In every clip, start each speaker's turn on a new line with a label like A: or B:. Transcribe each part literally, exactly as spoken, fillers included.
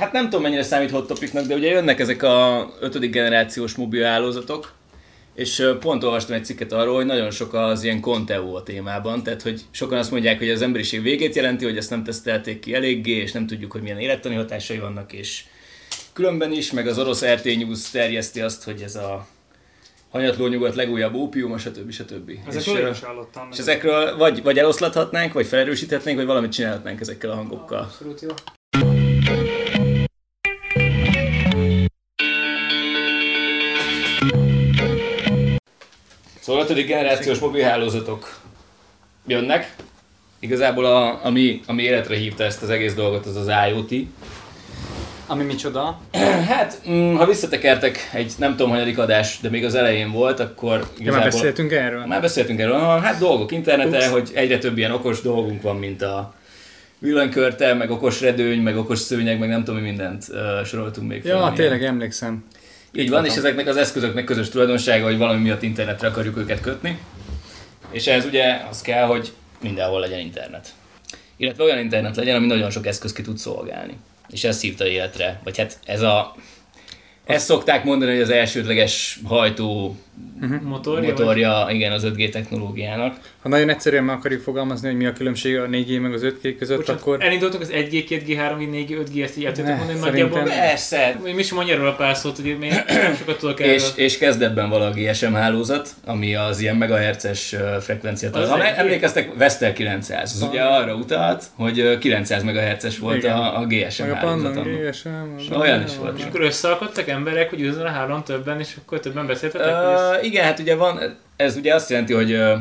A: hát nem tudom mennyire számít hot topicnak, de ugye jönnek ezek a ötödik generációs mobil hálózatok, és pont olvastam egy cikket arról, hogy nagyon sok az ilyen Conteo a témában, tehát hogy sokan azt mondják, hogy az emberiség végét jelenti, hogy ezt nem tesztelték ki eléggé, és nem tudjuk, hogy milyen élettani hatásai vannak, és különben is, meg az orosz er té News terjeszti azt, hogy ez a hanyatló nyugat legújabb ópiuma, stb. stb.
B: Ezekről és, is hallottam.
A: És ezekről vagy, vagy eloszlathatnánk, vagy felerősíthetnénk, vagy valamit csinálhatnánk ezekkel a hangokkal.
B: Abszolút jó.
A: Szóval ötödik generációs mobilhálózatok jönnek. Igazából a, ami, ami életre hívta ezt az egész dolgot, az az IoT.
C: Ami micsoda?
A: Hát, ha visszatekertek egy nem tudom hanyadik adás, de még az elején volt, akkor igazából...
C: Ja, már beszéltünk erről?
A: Már beszéltünk erről. Hát dolgok internete, Ups. hogy egyre több ilyen okos dolgunk van, mint a villanykörte, meg okos redőny, meg okos szőnyeg, meg nem tudom mi mindent uh, soroltunk még fel.
C: Ja, tényleg emlékszem.
A: Így van, és ezeknek az eszközöknek közös tulajdonsága, hogy valami miatt internetre akarjuk őket kötni. És ehhez ugye az kell, hogy mindenhol legyen internet. Illetve olyan internet legyen, ami nagyon sok eszköz ki tud szolgálni. És ez hívta életre. Vagy hát ez a... Ezt szokták mondani, hogy az elsődleges hajtó
B: uh-huh. motorja,
A: motorja igen, az öt G technológiának.
C: Ha nagyon egyszerűen meg akarjuk fogalmazni, hogy mi a különbség a négy G meg az öt G között, Bocsánat, akkor...
B: elindultunk az egy G, két G, három G, négy G, öt G, ezt így el tudtuk mondani nagyjából.
A: Persze.
B: Mi is mondja erről a pár szót, hogy még nem sokat tudok erről.
A: És, és kezdetben vala a gé es em hálózat, ami az ilyen megahertzes frekvenciát. Az emlékeztek, Vestel kilencszáz. Az ugye arra utalt, hogy kilencszáz megahertzes volt a, a gé es em hálózat.
C: gé es em,
A: olyan is volt.
B: És akkor összeakadtak emberek, hogy üzzen a három többen, és akkor többen beszéltetek?
A: Uh, igen, hát ugye van, ez ugye azt jelenti, hogy uh,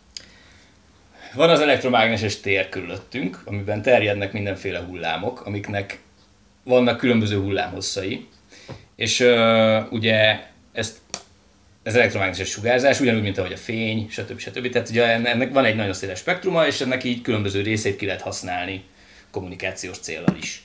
A: van az elektromágneses tér körülöttünk, amiben terjednek mindenféle hullámok, amiknek vannak különböző hullámhosszai. És uh, ugye ezt, ez elektromágneses sugárzás, ugyanúgy, mint ahogy a fény, stb. stb. Tehát ugye ennek van egy nagyon széles spektruma, és ennek így különböző részét ki lehet használni kommunikációs céllal is.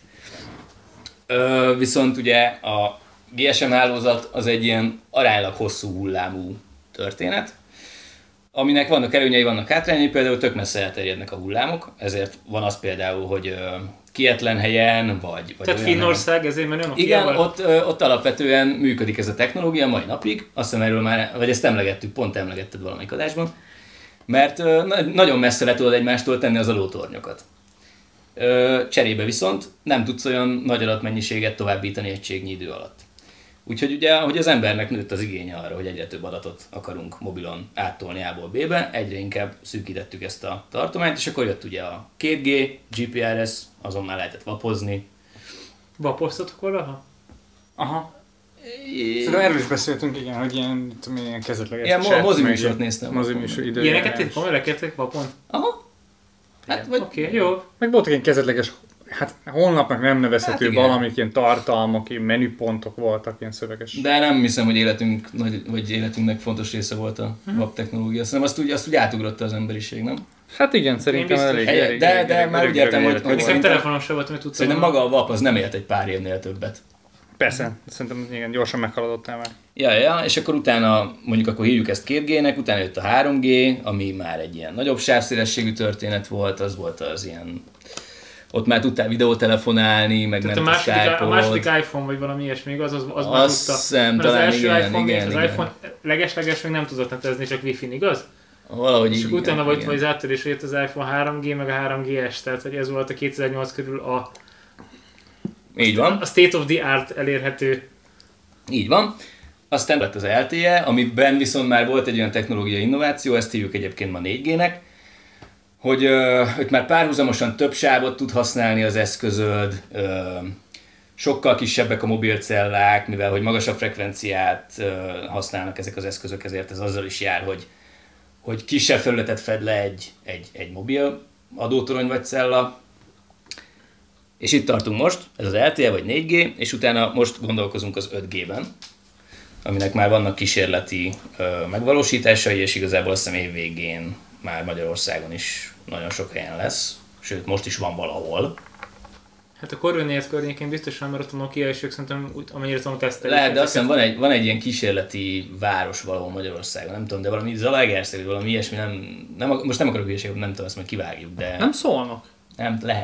A: Uh, viszont ugye a gé es em hálózat az egy ilyen aránylag hosszú hullámú történet, aminek vannak előnyei, vannak hátrányai, például tök messze elterjednek a hullámok, ezért van az például, hogy kietlen helyen, vagy... vagy
B: Tehát Finnország ezért menő?
A: Igen, ott, ott alapvetően működik ez a technológia mai napig, azt hiszem erről már, vagy ezt emlegettük, pont emlegetted valamelyik adásban, mert nagyon messze le tudod egymástól tenni az alótornyokat. Cserébe viszont nem tudsz olyan nagy adatmennyiséget továbbítani egységnyi idő alatt. Úgyhogy ugye, hogy az embernek nőtt az igénye arra, hogy egyre több adatot akarunk mobilon áttolni A-ból B-be, egyre inkább szűkítettük ezt a tartományt, és akkor jött ugye a két G, gé pé er es, azon már lehetett vapozni.
B: Vapoztatok valaha?
C: Aha. É... Szóval erről is beszéltünk, igen, hogy ilyen, tudom, ilyen kezdetleges
A: ilyen chat. Moziműsort néztem.
C: Moziműsor időjárás.
B: Ilyeneket itt komolyan lekertek vapon?
A: Aha.
B: Hát, vagy... Oké, okay, jó.
C: Meg voltak ilyen kezdetleges, hát honlapnak nem nevezhető hát valamik, ilyen tartalmak, ilyen menüpontok voltak, ilyen szöveges.
A: De nem hiszem, hogy életünk, vagy életünknek fontos része volt a hmm. web technológia. Szerintem azt úgy, azt úgy átugrotta az emberiség, nem?
C: Hát igen, szerintem elég, elég, elég.
A: De, elég, de elég, már úgy értem, hogy, hogy
B: szerintem telefonon sem volt, amit tudtam.
A: Szerintem maga a vap az nem élt egy pár évnél többet.
C: Persze, szerintem igen, gyorsan meghaladottál már.
A: Ja, ja, és akkor utána, mondjuk akkor hívjuk ezt két G-nek, utána jött a három G, ami már egy ilyen nagyobb sávszélességű történet volt, az volt az ilyen... Ott már tudtál videótelefonálni, meg
B: tehát
A: ment
B: a,
A: a
B: második,
A: Skype-od.
B: a második iPhone, vagy valami ilyesmi, az, az, az már
A: azt
B: tudta.
A: Szem, talán
B: az első
A: igen,
B: iPhone,
A: igen,
B: az
A: igen.
B: iPhone leges-leges még nem tudott netezni, csak Wi-Fi-n, igaz?
A: Valahogy
B: és
A: így,
B: utána
A: igen,
B: volt
A: igen.
B: vagy az áttörés, hogy jött az iPhone három G, meg a három G S, tehát hogy ez volt a kétezer-nyolc körül a...
A: Így van.
B: A state of the art elérhető.
A: Így van. Aztán lett az el té E, amiben viszont már volt egy olyan technológiai innováció, ezt hívjuk egyébként ma négy G-nek, hogy uh, már párhuzamosan több sávot tud használni az eszközöd, uh, sokkal kisebbek a mobilcellák, mivel hogy magasabb frekvenciát uh, használnak ezek az eszközök, ezért ez azzal is jár, hogy, hogy kisebb felületet fed le egy, egy, egy mobil adótorony vagy cella. És itt tartunk most, ez az el té E vagy négy G, és utána most gondolkozunk az öt G-ben, aminek már vannak kísérleti uh, megvalósításai, és igazából azt hiszem év végén már Magyarországon is nagyon sok helyen lesz, sőt most is van valahol.
B: Hát a Korvinért környékén biztosan, mert ott a Nokia, és ők szerintem amennyire tudom tesztelik.
A: Lehet, de azt hiszem van egy, van egy ilyen kísérleti város valahol Magyarországon, nem tudom, de valami Zalaegerszeg, vagy valami ilyesmi, nem, nem, most nem akarok hülyeséget, nem tudom, ezt majd kivágjuk, de...
C: Nem szólnak.
A: Nem, lehet.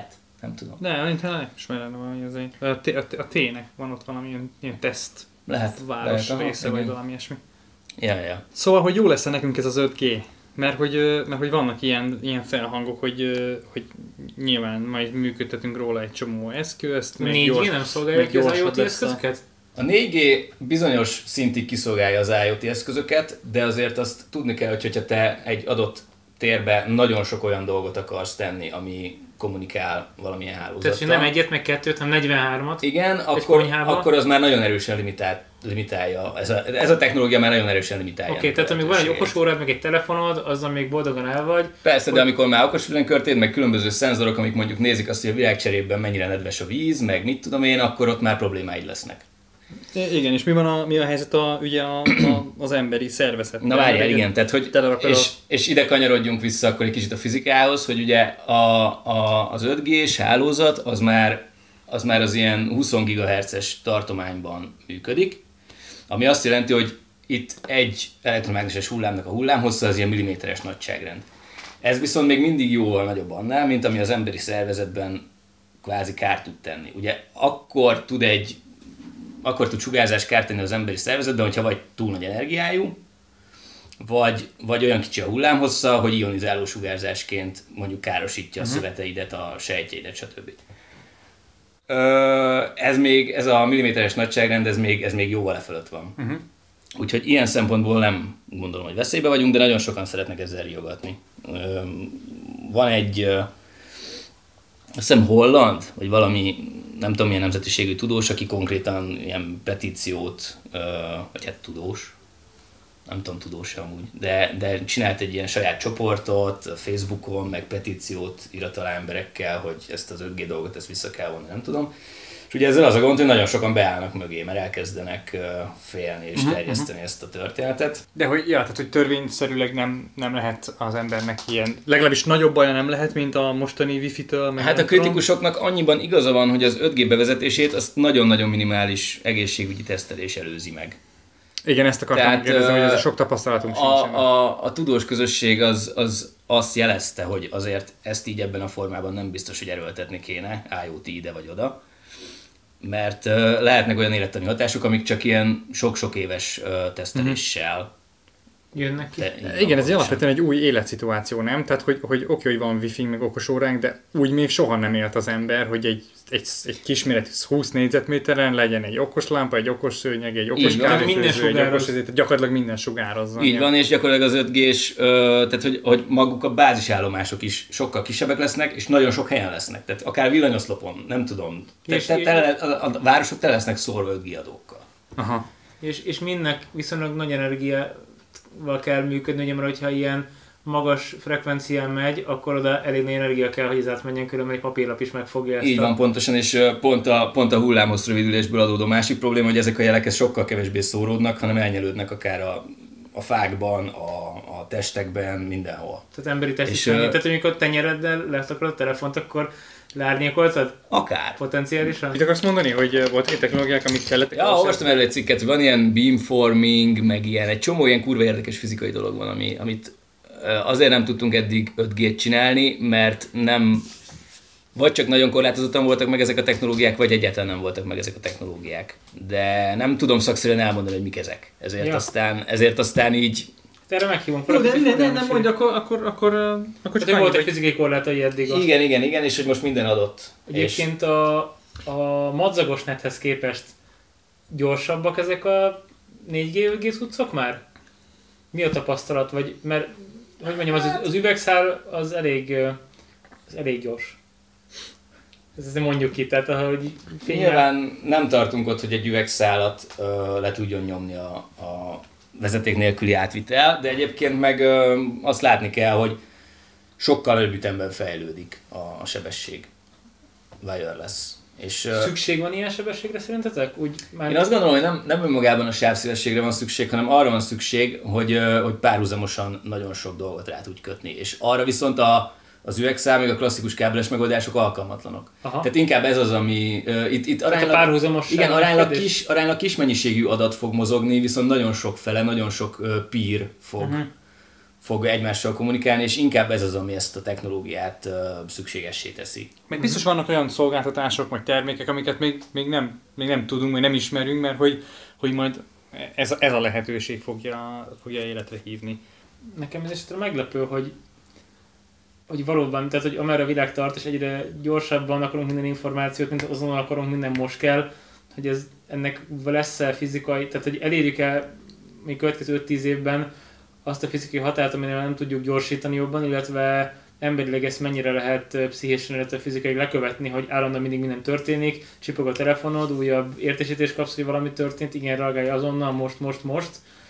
A: Nem tudom.
C: De, mintha nem ismerem valami azért. A, T- a, T- a T-nek van ott valami ilyen teszt.
A: Lehet.
C: Város
A: lehet,
C: része,
A: aha,
C: vagy
A: igen.
C: valami ilyesmi.
A: Ja, ja.
C: Szóval, hogy jó lesz nekünk ez az öt G. Mert hogy, mert hogy vannak ilyen, ilyen felhangok, hogy, hogy nyilván majd működtetünk róla egy csomó eszközt.
B: négy G nem szolgálja ki az IoT eszközöket?
A: A négy G bizonyos szintig kiszolgálja az IoT eszközöket, de azért azt tudni kell, hogy hogyha te egy adott térbe nagyon sok olyan dolgot akarsz tenni, ami kommunikál valamilyen hálózattal.
B: Tehát, hogy nem egyet, meg kettőt, hanem negyvenhármat.
A: Igen, akkor, akkor az már nagyon erősen limitál, limitálja. Ez a, ez a technológia már nagyon erősen limitálja.
B: Oké, okay, tehát amíg van egy okos órád, meg egy telefonod, azzal még boldogan el vagy.
A: Persze, hogy... de amikor már okos villanykörtéd, meg különböző szenzorok, amik mondjuk nézik azt, hogy a világcserében mennyire nedves a víz, meg mit tudom én, akkor ott már problémáid lesznek.
C: Igen, és mi van a, mi a helyzet a, ugye a, a, az emberi szervezetben?
A: Na várjál, igen, tehát hogy, és, és ide kanyarodjunk vissza akkor egy kicsit a fizikához, hogy ugye a, a, az öt G-s hálózat az már, az már az ilyen húsz gigahertzes tartományban működik, ami azt jelenti, hogy itt egy elektromágneses hullámnak a hullámhossza az ilyen milliméteres nagyságrend. Ez viszont még mindig jóval nagyobb annál, mint ami az emberi szervezetben kvázi kárt tud tenni. Ugye akkor tud egy akkor tud sugárzás kárt tenni az emberi szervezetben, hogyha vagy túl nagy energiájú, vagy, vagy olyan kicsi a hullámhossza, hogy ionizáló sugárzásként mondjuk károsítja uh-huh. a szöveteidet, a sejtjeidet, stb. Ez még, ez a milliméteres nagyságrend, ez még, ez még jóval lefölött van. Uh-huh. Úgyhogy ilyen szempontból nem gondolom, hogy veszélybe vagyunk, de nagyon sokan szeretnek ezzel riogatni. Van egy, azt hiszem holland, vagy valami, nem tudom milyen nemzetiségű tudós, aki konkrétan ilyen petíciót, vagy hát tudós, nem tudom tudós amúgy, de, de csinált egy ilyen saját csoportot Facebookon, meg petíciót írt alá emberekkel, hogy ezt az öt G dolgot ezt vissza kell vonni, nem tudom. És ugye ezzel az a gond, hogy nagyon sokan beállnak mögé, mert elkezdenek félni és terjeszteni uh-huh. ezt a történetet.
C: De hogy, ja, tehát, hogy törvényszerűleg nem, nem lehet az embernek ilyen, legalábbis nagyobb baja nem lehet, mint a mostani Wi-Fi-től.
A: Hát a kritikusoknak annyiban igaza van, hogy az öt G bevezetését azt nagyon-nagyon minimális egészségügyi tesztelés előzi meg.
C: Igen, ezt akartam kérdezni, hogy ez a sok tapasztalatunk
A: a,
C: sincsen.
A: A, a, a tudós közösség az, az azt jelezte, hogy azért ezt így ebben a formában nem biztos, hogy erőltetni kéne, IoT ide vagy oda. Mert uh, lehetnek olyan élettani hatások, amik csak ilyen sok-sok éves uh, teszteléssel
B: jönnek ki.
C: Te, igen, ez alapvetően egy új életszituáció, nem? Tehát, hogy, hogy oké, hogy van wifi, meg okos óránk, de úgy még soha nem élt az ember, hogy egy, egy, egy kisméretű húsz négyzetméteren legyen egy okos lámpa, egy okos szőnyeg, egy okos kártyafőző, egy okos, ezért, gyakorlatilag minden sugározzon.
A: Így van, és gyakorlatilag az öt G-s, tehát hogy, hogy maguk a bázisállomások is sokkal kisebbek lesznek, és nagyon sok helyen lesznek. Tehát akár villanyoszlopon, nem tudom.
B: És
A: te, te, a, a városok tele lesznek szórva öt G adókkal.
C: Aha.
B: És, és mindnek viszonylag nagy energia kell működni, ugye, mert hogyha ilyen magas frekvencián megy, akkor oda elég nagy energia kell, hogy ez átmenjen, különben egy papírlap is megfogja ezt.
A: Így van, a... pontosan, és pont a, pont a hullámhossz rövidülésből adódó másik probléma, hogy ezek a jelek sokkal kevésbé szóródnak, hanem elnyelődnek akár a, a fákban, a, a testekben, mindenhol.
B: Tehát emberi test is. Tehát amikor tenyereddel letakarod a telefont, akkor leárnyékoltad?
A: Akár.
B: Potenciálisan?
C: Mit akarsz mondani, hogy volt egy technológiák, amit kellett?
A: Ja, olvastam erről egy cikket, hogy van ilyen beamforming, meg ilyen, egy csomó ilyen kurva érdekes fizikai dolog van, ami, amit azért nem tudtunk eddig öt G-t csinálni, mert nem, vagy csak nagyon korlátozottan voltak meg ezek a technológiák, vagy egyáltalán nem voltak meg ezek a technológiák. De nem tudom szakszerűen elmondani, hogy mik ezek. Ezért, ja. aztán, ezért aztán így...
B: Erre meghívunk.
C: Jó, de nem, nem, nem mondj, akkor, akkor, akkor, akkor
B: csak volt egy fizikai korlátai eddig.
A: A... Igen, igen, igen, és hogy most minden adott.
B: Egyébként
A: és...
B: a, a madzagos nethez képest gyorsabbak ezek a négy G, öt G cuccok már? Mi a tapasztalat? Vagy, mert, hogy mondjam, az, az üvegszál az elég, az elég gyors. Ezt mondjuk ki, tehát ahogy
A: fényel... Nyilván nem tartunk ott, hogy egy üvegszálat uh, le tudjon nyomni a, a vezeték nélküli átvitel, de egyébként meg uh, azt látni kell, hogy sokkal előbb ütemben fejlődik a, a sebesség. Wireless. És, uh,
B: szükség van ilyen sebességre szerintetek? Úgy
A: már én azt gondolom, hogy nem, nem önmagában a sávszélességre van szükség, hanem arra van szükség, hogy, uh, hogy párhuzamosan nagyon sok dolgot rá tudj kötni. És arra viszont a az üvegszál, még a klasszikus kábeles megoldások alkalmatlanok. Aha. Tehát inkább ez az, ami uh, itt, itt aránylag, igen, aránylag, kis, aránylag kis mennyiségű adat fog mozogni, viszont nagyon sok fele, nagyon sok uh, peer fog, uh-huh. fog egymással kommunikálni, és inkább ez az, ami ezt a technológiát uh, szükségessé teszi.
C: Meg biztos vannak olyan szolgáltatások, vagy termékek, amiket még, még, nem, még nem tudunk, vagy nem ismerünk, mert hogy, hogy majd ez, a- ez a lehetőség fogja, fogja életre hívni.
B: Nekem ez esetre meglepő, hogy hogy valóban, tehát hogy amerre a világ tart, és egyre gyorsabban akarunk minden információt, mint azonnal akarunk minden most kell, hogy ez ennek lesz-e fizikai, tehát hogy elérjük-e még következő öt-tíz évben azt a fizikai határt, aminél nem tudjuk gyorsítani jobban, illetve emberileg ezt mennyire lehet pszichésen, illetve fizikai lekövetni, hogy állandóan mindig minden történik, csipog a telefonod, újabb értesítést kapsz, hogy valami történt, igen, reagálj azonnal, most, most, most.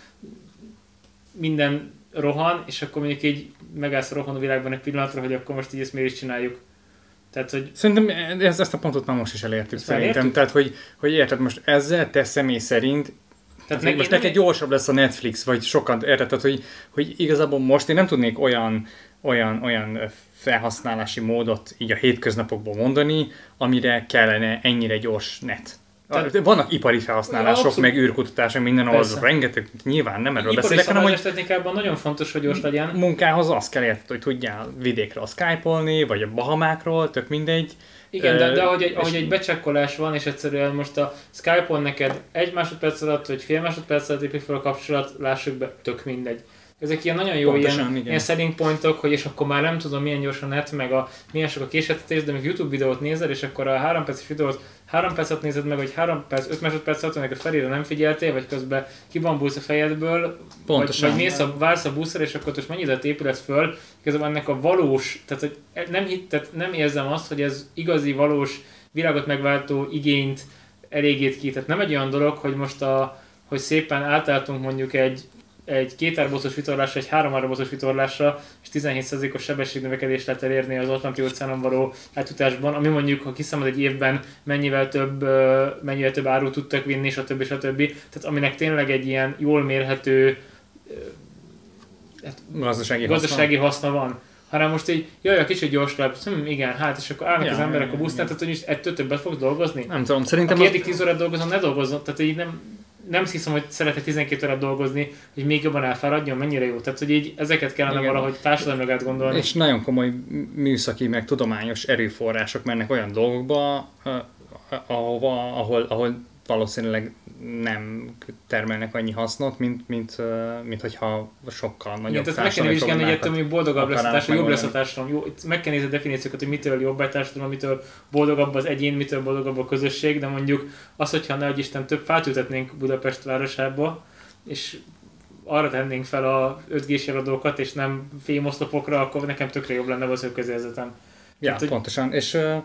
B: Minden rohan, és akkor mondjuk így megállsz a rohanó világban egy pillanatra, hogy akkor most így ezt miért is csináljuk. Tehát, hogy...
C: Szerintem ez, ezt a pontot már most is elértük
B: Ezt
C: szerintem.
B: elértük?
C: Tehát, hogy, hogy érted, most ezzel te személy szerint
B: Tehát
C: Tehát most neked gyorsabb lesz a Netflix, vagy sokat, érted? Tehát, hogy, hogy igazából most én nem tudnék olyan, olyan, olyan felhasználási módot így a hétköznapokból mondani, amire kellene ennyire gyors net.
B: Tehát-
C: Vannak ipari felhasználások,
B: Abszolút.
C: meg űrkutatások, minden, ahol
B: Persze.
C: rengeteg, nyilván nem erről
B: ipari
C: beszélek, hanem hogy
B: szabályozás technikában nagyon fontos, hogy gyors legyen.
C: munkához az kell, érted, hogy tudjál vidékről skype-olni, vagy a Bahamákról, tök mindegy.
B: Igen, de,
C: Ö,
B: de ahogy, egy,
C: és-
B: ahogy egy becsekkolás van, és egyszerűen most a Skype-on neked egy másodperc alatt, vagy fél másodperc alatt épül fel a kapcsolat, lássuk be, tök mindegy. Ezek ilyen nagyon jó
C: Pontosan,
B: ilyen,
C: igen.
B: ilyen selling pointok, hogy és akkor már nem tudom milyen gyors a net, meg a, milyen sok a késletetés, de még YouTube videót nézel, és akkor a három perces videót három percet nézed meg, vagy három perc, öt másodperc alatt, amikor felére nem figyeltél, vagy közben kibambulsz a fejedből,
C: Pontosan.
B: vagy, vagy mész a, vársz a buszra, és akkor most mennyi időt épülsz föl, igazából ennek a valós, tehát hogy nem, hitt, tehát nem érzem azt, hogy ez igazi, valós, világot megváltó igényt elégít ki. Tehát nem egy olyan dolog, hogy most a, hogy szépen átálltunk mondjuk egy, egy két árbocos vitorlásra, egy három árbocos vitorlásra, és tizenhét százalékos sebességnövekedést lehet elérni az Atlanti óceánon való átjutásban, ami mondjuk, ha kiszámolod egy évben mennyivel több, ö, mennyivel több árut tudtak vinni, stb. stb. Tehát aminek tényleg egy ilyen jól mérhető
C: Gazdasági,
B: gazdasági haszna van. Hanem most így, jaj, a kicsit gyors lesz, hm, igen, hát, és akkor állnak
C: Ja,
B: az emberek
C: ja,
B: a busznál, tehát hogy is ettől többet fogsz dolgozni.
C: Nem tudom, szerintem...
B: Aki
C: az-
B: eddig tíz órát dolgozom, ne dolgozzon, tehát így nem, nem hiszem, hogy szeretek tizenkét órát dolgozni, hogy még jobban elfáradjon, mennyire jó. Tehát, hogy így ezeket kellene
C: Igen.
B: valahogy társadalmilag átgondolni.
C: És nagyon komoly műszaki, meg tudományos erőforrások mennek olyan dolgokba, eh, ahova, ahol, ahol valószínűleg nem termelnek annyi hasznot, mint, mint, eh, mint hogyha sokkal
B: Igen,
C: nagyobb
B: tehát meg kell vizsgálni, hogy ettől még boldogabb lesz a
C: akarnának
B: társadalom, jobb lesz a
C: megoldani.
B: társadalom. Jó, itt meg kell nézni a definíciókat, hogy mitől jobb a társadalom, mitől boldogabb az egyén, mitől boldogabb a közösség, de mondjuk az, hogyha nehogy Isten több fát ültetnénk Budapest városába, és arra tennénk fel a öt G-s eladókat, és nem fémoszlopokra, akkor nekem tökre jobb lenne az ő közérzetem.
C: Ja,
B: Tehát, hogy-
C: pontosan. És uh,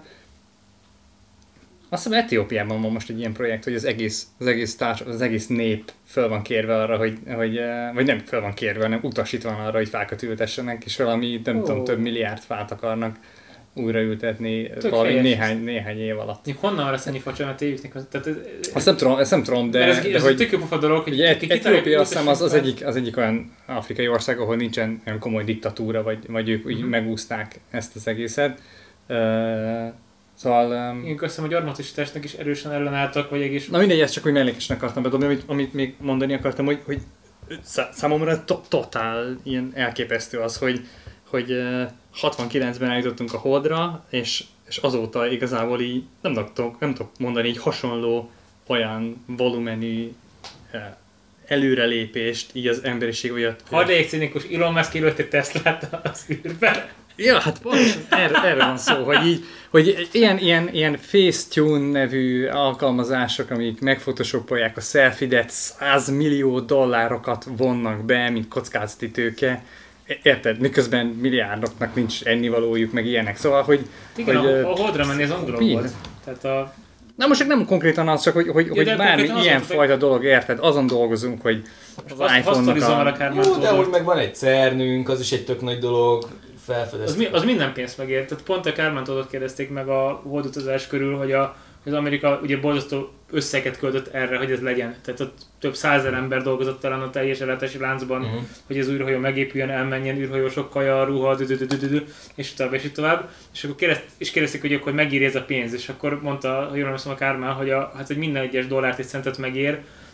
C: azt hiszem Etiópiában van most egy ilyen projekt, hogy az egész, az egész, társ, az egész nép föl van kérve arra, hogy, hogy uh, vagy nem föl van kérve, hanem utasítva van arra, hogy fákat ültessenek, és valami, nem
B: Ó.
C: tudom, több milliárd fát akarnak újraültetni
B: Tök
C: valami
B: helyes.
C: néhány, néhány év alatt.
B: Mondjuk honnan lesz ennyi facsa, éjüknek? Tehát ez,
C: Azt nem tudom, ezt nem tudom, de,
B: de, ez,
C: de
B: ez
C: hogy...
B: egy tök jó pofa dolog, hogy
C: Ugye,
B: ki- kitalálják,
C: Etiópia azt hiszem az, az,
B: ültessünk
C: egyik, az egyik olyan afrikai ország, ahol nincsen olyan komoly diktatúra, vagy, vagy ők úgy
B: Mhm.
C: megúszták ezt az egészet. Uh, szóval... Um,
B: Én köszönöm, hogy gyarmatosításnak is erősen ellenálltak, vagy egész...
C: na mindegy, ezt csak úgy mellékesen akartam bedobni, amit, amit még mondani akartam, hogy, hogy szá- számomra to- totál ilyen elképesztő az, hogy, hogy uh, hatvankilencben eljutottunk a Holdra, és, és azóta igazából így nem tudok, nem tudok mondani így hasonló olyan volumenű uh, előrelépést így az emberiség olyat.
B: Ha legyek cinikus, Elon Musk kilőtt egy Teslát az űrbe.
C: Ja, hát pontosan erre, erre van szó, hogy így, hogy ilyen, ilyen, ilyen Facetune nevű alkalmazások, amik megphotoshopolják a selfie-det, száz millió dollárokat vonnak be, mint kockázati tőke. Érted? Miközben milliárdoknak nincs ennivalójuk, meg ilyenek. Szóval, hogy...
B: Igen,
C: hogy,
B: a,
C: ö,
B: a Holdra menni az Android
C: mi?
B: volt. Tehát a...
C: Na most csak nem konkrétan az, csak hogy, hogy,
B: Ja,
C: hogy
B: de
C: bármi
B: konkrétan az
C: ilyen
B: volt, hogy-
C: fajta dolog, érted? Azon dolgozunk, hogy az
B: Azt
C: iPhone-nak
B: hasztalizom el a
C: a...
B: Kármán
A: Jó, de hogy
B: Tódort.
A: meg van egy cernünk, az is egy tök nagy dolog,
B: Az,
A: felfedeztük.
B: mi, az minden pénzt megér. Tehát pont a Kármán Tódort kérdezték meg a holdutazás körül, hogy a, hogy az Amerika ugye borzasztó összeget költött erre, hogy ez legyen. Tehát ott több százer ember dolgozott talán a teljes ellátási láncban,
A: Uh-huh.
B: hogy az űrhajó megépüljön, elmenjen, űrhajósok kaja, ruha, düdüdüdüdü, és tovább, és így tovább. És akkor kérdezt, és kérdezték, hogy akkor megéri ez a pénz, és akkor mondta, ha jól emlékszem a Kármán, hogy, a, hát, hogy minden egyes dollárt és centet megér,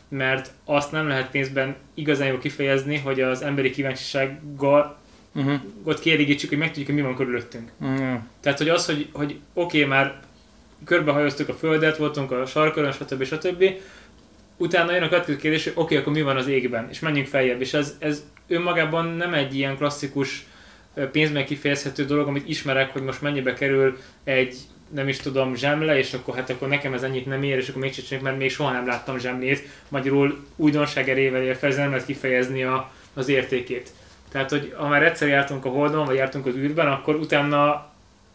B: mert azt nem lehet pénzben igazán jól kifejezni, hogy az emberi kíváncsisággal uh-huh. ott kielégítsük, hogy megtudjuk, hogy mi van körülöttünk. Uh-huh. Tehát, hogy az, hogy, hogy oké, okay, már körbehajoztuk a Földet, voltunk a sarkörön, stb. stb. Utána jön a következő kérdés, hogy oké, okay, akkor mi van az égben, és menjünk feljebb. És ez, ez önmagában nem egy ilyen klasszikus pénzben kifejezhető dolog, amit ismerek, hogy most mennyibe kerül egy, nem is tudom, zsemle, és akkor hát akkor nekem ez ennyit nem ér, és akkor még csináljuk, mert még soha nem láttam zsemlét. Magyarul újdonság erével ér fel, ez nem lehet kifejezni a, az értékét. Tehát, hogy ha már egyszer jártunk a Holdon, vagy jártunk az űrben, akkor utána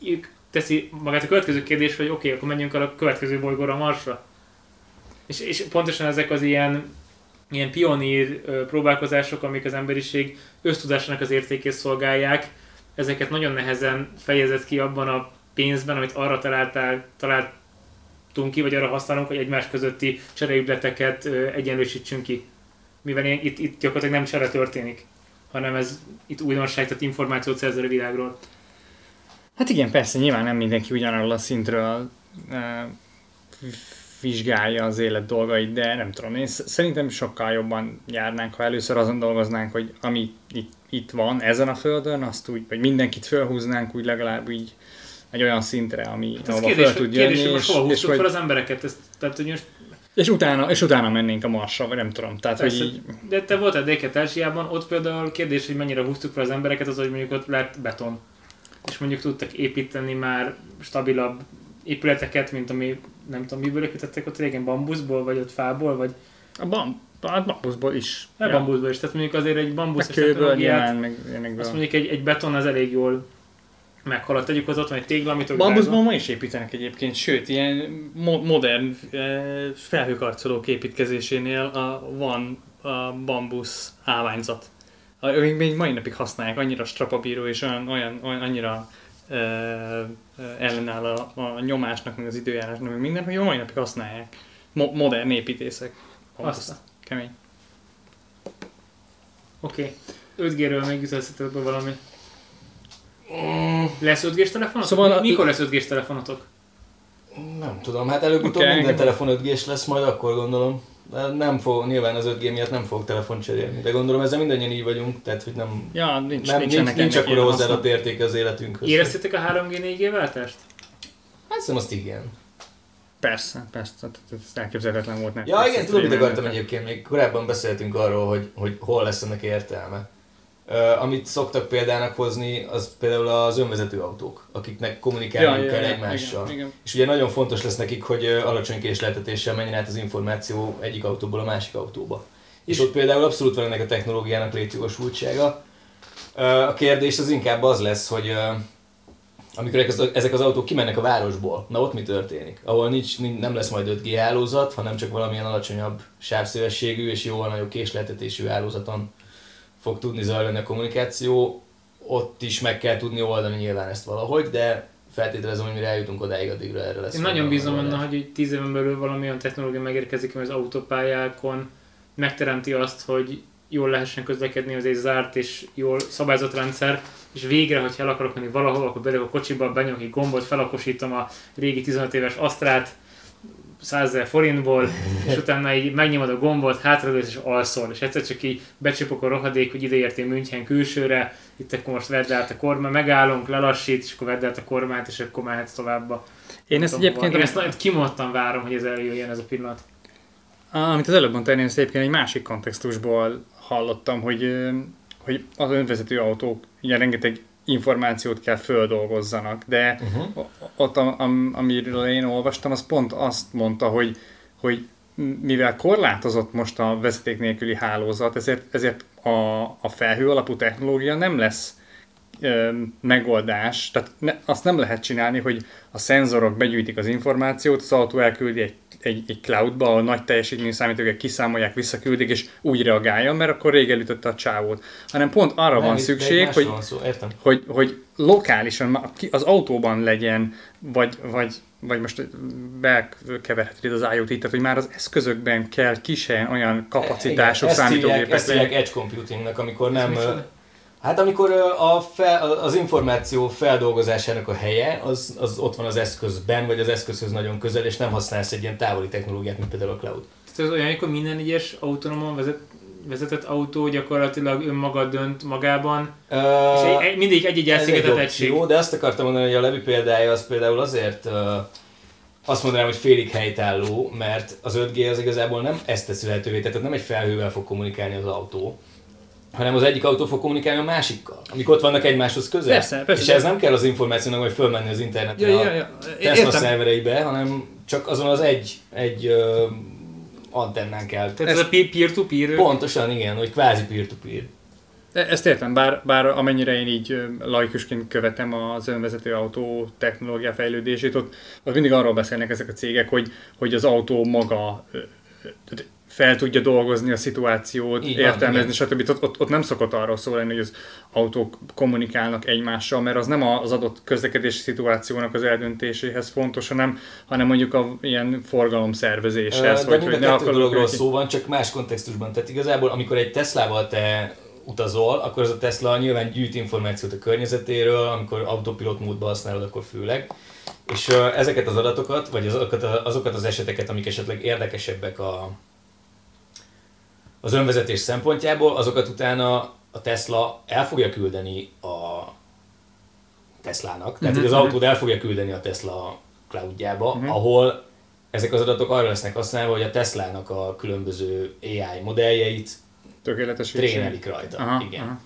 B: teszi magát a következő kérdés, hogy oké, okay, akkor menjünk el a következő bolygóra, Marsra. És, és pontosan ezek az ilyen, ilyen pionír próbálkozások, amik az emberiség ösztudásának az értékét szolgálják, ezeket nagyon nehezen fejezett ki abban a pénzben, amit arra találtál, találtunk ki, vagy arra használunk, hogy egymás közötti csereügyleteket egyenlősítsünk ki. Mivel itt, itt gyakorlatilag nem csere történik, hanem ez itt újdonság, tehát információt szerzel a világról.
C: Hát igen, persze, nyilván nem mindenki ugyanarról a szintről e, vizsgálja az élet dolgait, de nem tudom, én szerintem sokkal jobban járnánk, ha először azon dolgoznánk, hogy ami itt, itt van, ezen a földön, azt úgy, vagy mindenkit felhúznánk úgy legalább így egy olyan szintre, ami ahova fel tud jönni.
B: Kérdés, hogy most hova húztuk fel az embereket? Ezt, tehát, hogy most...
C: és, utána, és utána mennénk a Marsra, vagy nem tudom. Tehát,
B: persze,
C: hogy így...
B: De te voltál Déket-Ázsiában, ott például kérdés, hogy mennyire húztuk fel az embereket, az, hogy mondjuk ott lett beton. És mondjuk tudtak építeni már stabilabb épületeket, mint ami, nem tudom, miből építettek ott régen, bambuszból, vagy ott fából, vagy...
C: A, bam, a bambuszból is.
B: A ja. bambuszból is, tehát mondjuk azért egy bambuszos
C: technológiát, meg, meg
B: azt mondjuk egy, egy beton az elég jól meghaladt. Tegyük az ott van egy tégla, amit...
C: Bambuszból ma is építenek egyébként, sőt, ilyen mo- modern felhőkarcolók építkezésénél a, van a bambusz állványzat. Még, még mai napig használják, annyira strapabíró és olyan, olyan, olyan annyira ö, ö, ellenáll a, a nyomásnak, meg az időjárásnak, meg minden, hogy mai napig használják. Mo- modern építészek.
B: Aztán.
C: Kemény.
B: Oké. Okay. öt G-ről még ütelszítettek be valami. Lesz öt G-s telefonotok? Szóval mikor lesz öt G-s telefonotok?
A: Nem tudom, hát előbb-utóbb okay. minden telefon öt G-s lesz, majd akkor gondolom. De nem fog, nyilván az öt G miatt nem fog telefon cserélni, de gondolom ezzel mindannyian így vagyunk, tehát hogy nem,
C: ja, nincs,
A: nem,
C: nincs,
A: nincs, nincs akkora hozzáadott értéke az életünkhöz.
B: Éreztétek a három G négy G váltást?
A: Hát szerintem azt igen.
C: Persze, persze, ez elképzelhetetlen volt.
A: Ja igen, tudom, mit akartam egyébként, még korábban beszéltünk arról, hogy, hogy hol lesz ennek értelme. Uh, amit szoktak példának hozni, az például az önvezető autók, akiknek kommunikálni ja, kell ja, egymással. Igen, igen. És ugye nagyon fontos lesz nekik, hogy alacsony késleltetéssel menjen át az információ egyik autóból a másik autóba. És, és ott például abszolút van ennek a technológiának létjogosultsága. Uh, a kérdés az inkább az lesz, hogy uh, amikor ezek az autók kimennek a városból, na ott mi történik? Ahol nincs, nem lesz majd öt G hálózat, hanem csak valamilyen alacsonyabb sávszélességű és jóval nagyobb késleltetésű hálózaton fog tudni zajlani a kommunikáció, ott is meg kell tudni oldani nyilván ezt valahogy, de feltételezem, hogy mire eljutunk odáig, addigra erre lesz.
B: Én nagyon bízom benne, hogy tíz éven belül valamilyen technológia megérkezik, ami az autópályákon megteremti azt, hogy jól lehessen közlekedni, az egy zárt és jól szabályozott rendszer, és végre, hogyha el akarok menni valahol, akkor belőle a kocsiba, benyomok egy gombot, felakosítom a régi tizenöt éves Astrát százezer forintból, és utána így megnyomod a gombot, hátradőlsz és alszol, és egyszer csak így becsipok a rohadék, hogy ide értél München külsőre, itt akkor most vedd át a kormányt, megállunk, lelassít, és akkor vedd át a kormányt, és akkor mehetsz továbbba.
C: Én ezt egyébként...
B: Én ezt nagyon kimondtan várom, hogy ez eljöjjön ez a pillanat.
C: Amit az előbb mondtál, én ezt egyébként egy másik kontextusból hallottam, hogy, hogy az önvezető autók ugye rengeteg információt kell földolgozzanak, de uh-huh. ott, am, amiről én olvastam, az pont azt mondta, hogy, hogy mivel korlátozott most a vezeték nélküli hálózat, ezért, ezért a, a felhő alapú technológia nem lesz ö, megoldás, tehát ne, azt nem lehet csinálni, hogy a szenzorok begyűjtik az információt, az autó elküldi egy Egy, egy cloudba, ahol nagy teljesítményű számítógépek kiszámolják, visszaküldik, és úgy reagáljon, mert akkor rég elütötte a csávót. Hanem pont arra nem, van szükség, hogy, hogy, hogy lokálisan az autóban legyen, vagy, vagy, vagy most bekeverheted az IoT, tehát hogy már az eszközökben kell kis helyen olyan kapacitású számítógépek.
A: Ezt hívják edge computingnak, amikor nem... Hát amikor a fel, az információ feldolgozásának a helye, az, az ott van az eszközben, vagy az eszközhöz nagyon közel, és nem használsz egy ilyen távoli technológiát, mint például a cloud.
B: Tehát ez olyan, amikor minden egyes autonóman vezet, vezetett autó gyakorlatilag önmaga dönt magában, uh, és egy, mindig egy-egy elszigetett egység.
A: Jó, de azt akartam mondani, hogy a Levi példája az például azért uh, azt mondanám, hogy félig helytálló, mert az öt G az igazából nem ezt teszi lehetővé, tehát nem egy felhővel fog kommunikálni az autó, hanem az egyik autó fog kommunikálni a másikkal, amik ott vannak egymáshoz közel.
C: Persze, persze,
A: és
C: de...
A: ez nem kell az információnak, hogy fölmenni az internetre
C: ja, ja, ja.
A: a Tesla szervereibe, hanem csak azon az egy, egy uh, antennán kell.
B: Tehát ez, ez a peer-to-peer?
A: Pontosan, igen, hogy kvázi peer-to-peer.
C: Ezt értem, bár, bár amennyire én így laikusként követem az önvezető autó technológia fejlődését, ott, ott mindig arról beszélnek ezek a cégek, hogy, hogy az autó maga fel tudja dolgozni a szituációt, így értelmezni, van, stb. Ott, ott, ott nem szokott arról szólni, hogy az autók kommunikálnak egymással, mert az nem az adott közlekedési szituációnak az eldöntéséhez fontos, hanem, hanem mondjuk a ilyen forgalomszervezéshez.
A: De mind a kettő dologról szó van, csak más kontextusban. Tehát igazából, amikor egy Teslával te utazol, akkor az a Tesla nyilván gyűjt információt a környezetéről, amikor autopilot módban használod, akkor főleg. És ezeket az adatokat, vagy azokat, azokat az eseteket, amik esetleg érdekesebbek a, az önvezetés szempontjából, azokat utána a Tesla el fogja küldeni a Teslának, tehát uh-huh. az autód el fogja küldeni a Tesla cloudjába, uh-huh. ahol ezek az adatok arra lesznek használva, hogy a Teslának a különböző á i modelljeit trénelik rajta. Aha, igen. Aha.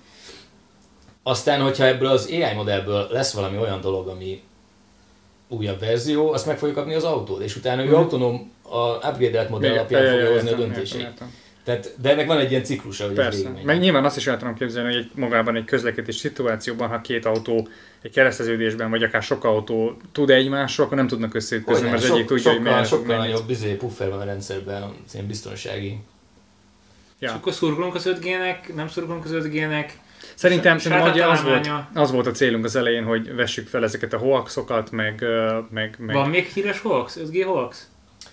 A: Aztán, hogyha ebből az á i modellből lesz valami olyan dolog, ami újabb verzió, azt meg fogja kapni az autód, és utána ő uh-huh. autonóm, a upgrade-elt modell alapján fogja hozni a döntéseit. Tehát, de ennek van egy ilyen ciklusa, hogy
C: persze. Ez meg nyilván azt is el tudom képzelni, hogy egy, magában egy közlekedés szituációban, ha két autó egy kereszteződésben, vagy akár sok autó tud egymásról, akkor nem tudnak összeütközni, mert az
A: sok,
C: egyik tudja,
A: sokkal,
C: hogy merre
A: sokkal nagyobb bizony puffer van a rendszerben, az ilyen biztonsági.
B: Ja. És akkor szurkolunk az öt G-nek, nem szurkolunk az öt G-nek.
C: Szerintem, szerintem az, volt, az volt a célunk az elején, hogy vessük fel ezeket a hoaxokat, meg... meg, meg...
B: Van még híres hoax? öt G hoax?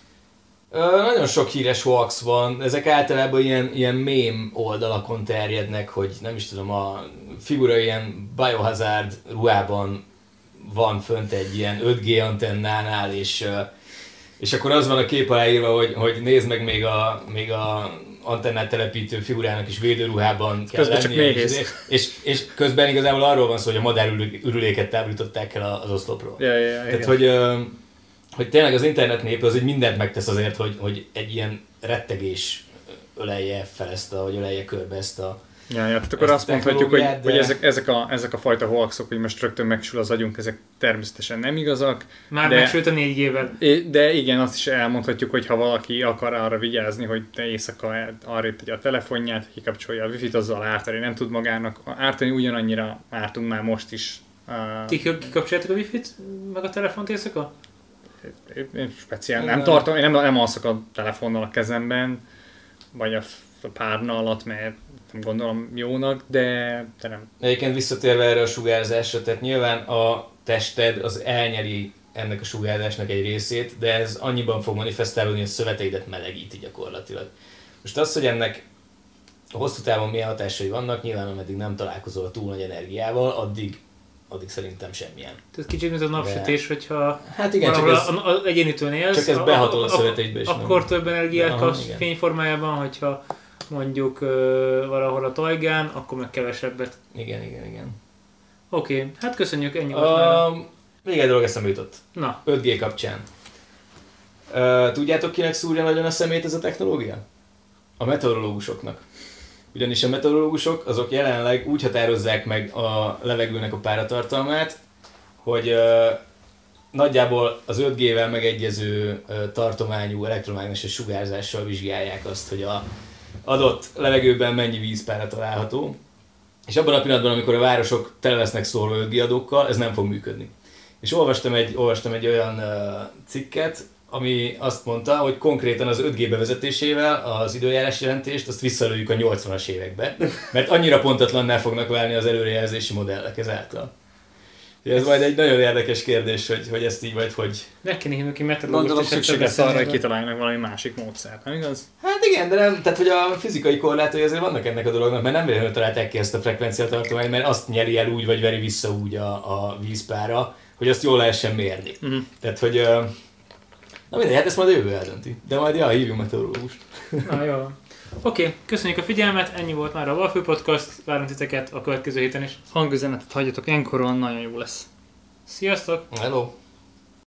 A: Ö, nagyon sok híres hoax van, ezek általában ilyen, ilyen mém oldalakon terjednek, hogy nem is tudom, a figura ilyen Biohazard ruhában van fönt egy ilyen öt G antennánál, és, és akkor az van a kép aláírva, hogy, hogy nézd meg még a, még a antennát telepítő figurának is védőruhában kell
C: közben
A: lennie,
C: és,
A: és, és közben igazából arról van szó, hogy a madárürüléket távolították el az oszlopról.
C: Ja, ja, ja,
A: Tehát, hogy, hogy tényleg az internet népe az, hogy mindent megtesz azért, hogy, hogy egy ilyen rettegés ölelje fel ezt a, vagy ölelje körbe ezt a
C: Ja, ja, tehát akkor azt mondhatjuk, hogy, de... hogy ezek, ezek, a, ezek a fajta hoaxok, hogy most rögtön megsül az agyunk, ezek természetesen nem igazak.
B: Már
C: de,
B: megsült a négy G-vel.
C: De igen, azt is elmondhatjuk, hogy ha valaki akar arra vigyázni, hogy te éjszaka arra tegye a telefonját, kikapcsolja a wifi-t, azzal ártani nem tud magának. Ártani ugyanannyira ártunk már most is.
B: Ti kikapcsoljátok a wifi-t, meg a telefont éjszaka?
C: Én speciál nem tartom, én nem, nem alszok a telefonnal a kezemben, vagy a párna alatt, mert nem gondolom jónak, de, de nem.
A: Egyébként visszatérve erre a sugárzásra, tehát nyilván a tested az elnyeli ennek a sugárzásnak egy részét, de ez annyiban fog manifestálódni, hogy a szöveteidet melegíti gyakorlatilag. Most az, hogy ennek a hosszú távon milyen hatásai vannak, nyilván ameddig nem találkozol túl nagy energiával, addig, addig szerintem semmilyen.
B: Tehát kicsit mint a napsütés, de... hogyha
A: hát igen, csak ez,
B: az egyénitől élsz,
A: csak ez behatol a, a, a szöveteidbe is.
B: Akkor
A: nem.
B: több energiát kapsz fényformájában, hogyha mondjuk uh, valahol a tajgán, akkor meg kevesebbet.
A: Igen, igen, igen.
B: Oké, okay. Hát köszönjük, ennyi volt uh, már.
A: Még egy dolog eszembe jutott.
B: Na.
A: öt G kapcsán. Uh, tudjátok, kinek szúrja nagyon a szemét ez a technológia? A meteorológusoknak. Ugyanis a meteorológusok azok jelenleg úgy határozzák meg a levegőnek a páratartalmát, hogy uh, nagyjából az öt G-vel megegyező uh, tartományú elektromágneses sugárzással vizsgálják azt, hogy a adott levegőben mennyi vízpára található, és abban a pillanatban, amikor a városok tele lesznek szórva öt G adókkal, ez nem fog működni. És olvastam egy, olvastam egy olyan uh, cikket, ami azt mondta, hogy konkrétan az öt G bevezetésével az időjárás jelentést azt visszalőjük a nyolcvanas évekbe, mert annyira pontatlanná fognak válni az előrejelzési modellek ezáltal. Ez majd egy nagyon érdekes kérdés, hogy, hogy ezt így vagy hogy...
B: Meg kéne hívni ki
C: Gondolom
B: meteorológust, és
C: szükség
B: egyszer
C: lesz arra, hogy
B: beszélni.
C: kitaláljanak valami másik módszert, nem igaz?
A: Hát igen, de nem, tehát hogy a fizikai korlátai azért vannak ennek a dolognak, mert nem véletlenül találták ki ezt a frekvenciatartományt, mert azt nyeri el úgy, vagy veri vissza úgy a, a vízpára, hogy azt jól lehessen mérni.
C: Uh-huh.
A: Tehát, hogy... ö, Na mindegy, hát ezt majd a jövő eldönti. De majd ja, hívjunk meteorológust.
B: Na jó. Oké, okay, köszönjük a figyelmet, ennyi volt már a Valfő Podcast, várunk titeket a következő héten is.
C: Hangüzenetet hagyjatok enkoron, nagyon jó lesz.
B: Sziasztok!
A: Hello!